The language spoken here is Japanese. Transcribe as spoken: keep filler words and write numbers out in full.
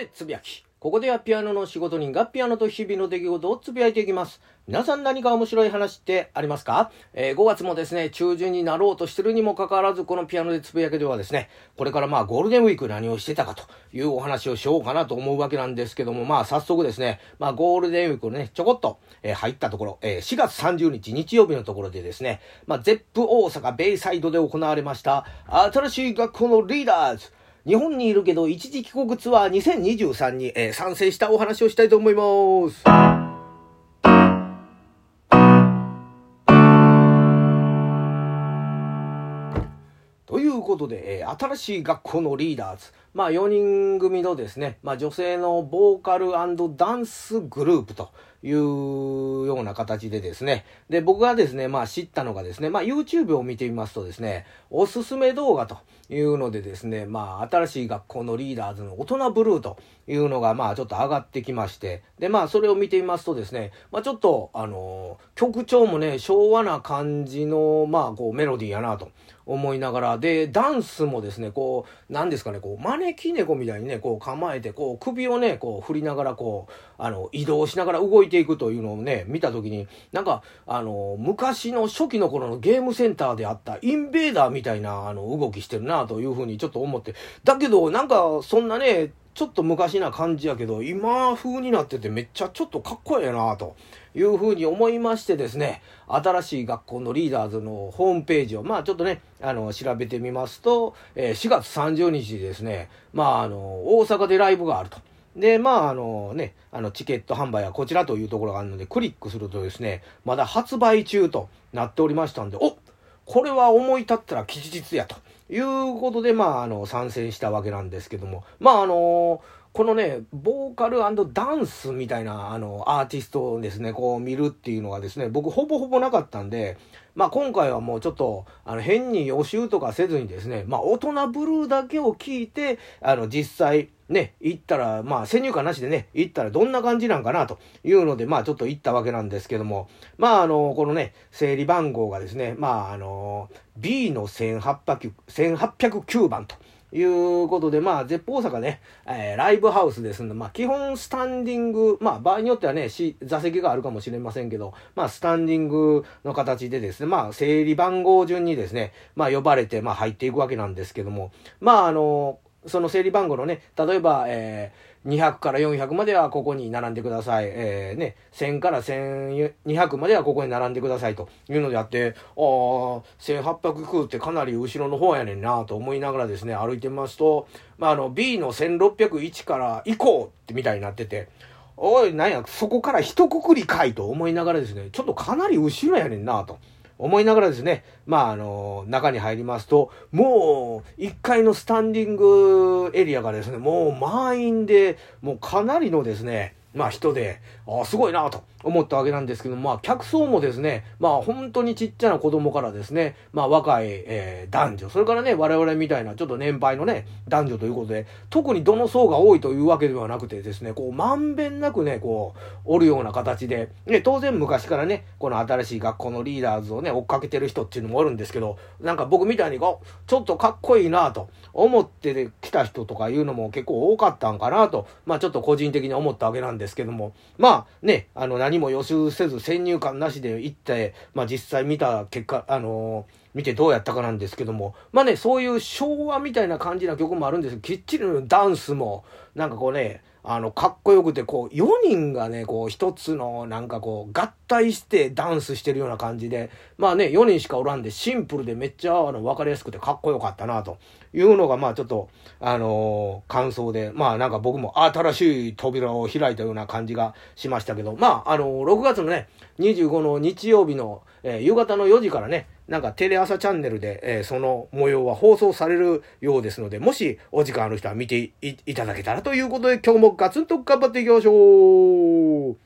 でつぶやき。ここではピアノの仕事人がピアノと日々の出来事をつぶやいていきます。皆さん何か面白い話ってありますか？えー、ごがつもですね、中旬になろうとしてるにもかかわらず、このピアノでつぶやきではですね、これからまあゴールデンウィーク何をしてたかというお話をしようかなと思うわけなんですけども、まあ早速ですね、まあゴールデンウィークね、ちょこっと、えー、入ったところ、えー、しがつさんじゅうにち日曜日のところでですね、まあゼップ大阪ベイサイドで行われました、新しい学校のリーダーズ、日本にいるけど一時帰国ツアーにせんにじゅうさんに、えー、参戦したお話をしたいと思います。ということで、えー、新しい学校のリーダーズ、まあよにん組のですね、まあ女性のボーカル&ダンスグループというような形でですね、で僕がですね、まあ知ったのがですね、まあ YouTube を見てみますとですね、おすすめ動画というのでですね、まあ新しい学校のリーダーズの大人ブルーというのがまあちょっと上がってきまして、でまあそれを見てみますとですね、まあちょっとあのー、曲調もね昭和な感じのまあこうメロディーやなと思いながら、でダンスもですね、こうなんですかね、こう招き猫みたいにねこう構えてこう首をねこう振りながらこうあの移動しながら動いていくというのをね見た時に、なんかあの昔の初期の頃のゲームセンターであったインベーダーみたいなあの動きしてるなというふうにちょっと思って、だけどなんかそんなねちょっと昔な感じやけど今風になっててめっちゃちょっとかっこいいなというふうに思いましてですね、新しい学校のリーダーズのホームページをまあちょっとねあの調べてみますと、えー、しがつさんじゅうにちですね、まああの大阪でライブがあると。でまああのねあのチケット販売はこちらというところがあるのでクリックするとですね、まだ発売中となっておりましたんで、おこれは思い立ったら吉日やということで、まあ、あの、参戦したわけなんですけども、まあ、あの、このね、ボーカル&ダンスみたいな、あの、アーティストをですね、こう見るっていうのがですね、僕ほぼほぼなかったんで、まあ、今回はもうちょっと、あの、変に予習とかせずにですね、まあ、大人ブルーだけを聞いて、あの、実際、ね、行ったら、まあ、先入観なしでね、行ったらどんな感じなんかなというので、まあ、ちょっと行ったわけなんですけども、まあ、あの、このね、整理番号がですね、まあ、あの、ビー のせんはっぴゃく、せんはっぴゃくきゅうばんということで、まあ、ゼップ大阪ね、えー、ライブハウスですんで、まあ、基本スタンディング、まあ、場合によってはね、し座席があるかもしれませんけど、まあ、スタンディングの形でですね、まあ、整理番号順にですね、まあ、呼ばれて、まあ、入っていくわけなんですけども、まあ、あの、その整理番号のね、例えば、えー、にひゃくからよんひゃくまではここに並んでください。えー、ね、せんからせんにひゃくまではここに並んでくださいというのであって、ああ、せんはっぴゃくきゅうってかなり後ろの方やねんなと思いながらですね、歩いてみますと、まあ、あの、ビー のせんろっぴゃくいちから以降ってみたいになってて、おい、なんや、そこから一括りかいと思いながらですね、ちょっとかなり後ろやねんなと。思いながらですね、まああの中に入りますと、もういっかいのスタンディングエリアがですね、もう満員で、もうかなりのですね、まあ人で、ああすごいなと思ったわけなんですけど、まあ客層もですね、まあ本当にちっちゃな子供からですね、まあ若い、えー、男女、それからね、我々みたいなちょっと年配のね、男女ということで、特にどの層が多いというわけではなくてですね、こうまんべんなくね、こう、おるような形で、ね、当然昔からね、この新しい学校のリーダーズをね、追っかけてる人っていうのもおるんですけど、なんか僕みたいにこう、ちょっとかっこいいなと思ってきた人とかいうのも結構多かったんかなと、まあちょっと個人的に思ったわけなんですけども、まあね、あの何も予習せず先入観なしで行って、まあ実際見た結果、あのー、見てどうやったかなんですけども、まあね、そういう昭和みたいな感じな曲もあるんですけど、きっちりのダンスも、なんかこうね、あの、かっこよくて、こう、よにんがね、こう、一つの、なんかこう、合体してダンスしてるような感じで、まあね、よにんしかおらんで、シンプルでめっちゃ、あの、わかりやすくてかっこよかったな、というのが、まあちょっと、あのー、感想で、まあなんか僕も新しい扉を開いたような感じがしましたけど、まあ、あのー、ろくがつのね、にじゅうごの日曜日の、えー、夕方のよじからね、なんかテレ朝チャンネルで、えー、その模様は放送されるようですので、もしお時間ある人は見て い, いただけたらということで、今日もガツンと頑張っていきましょう。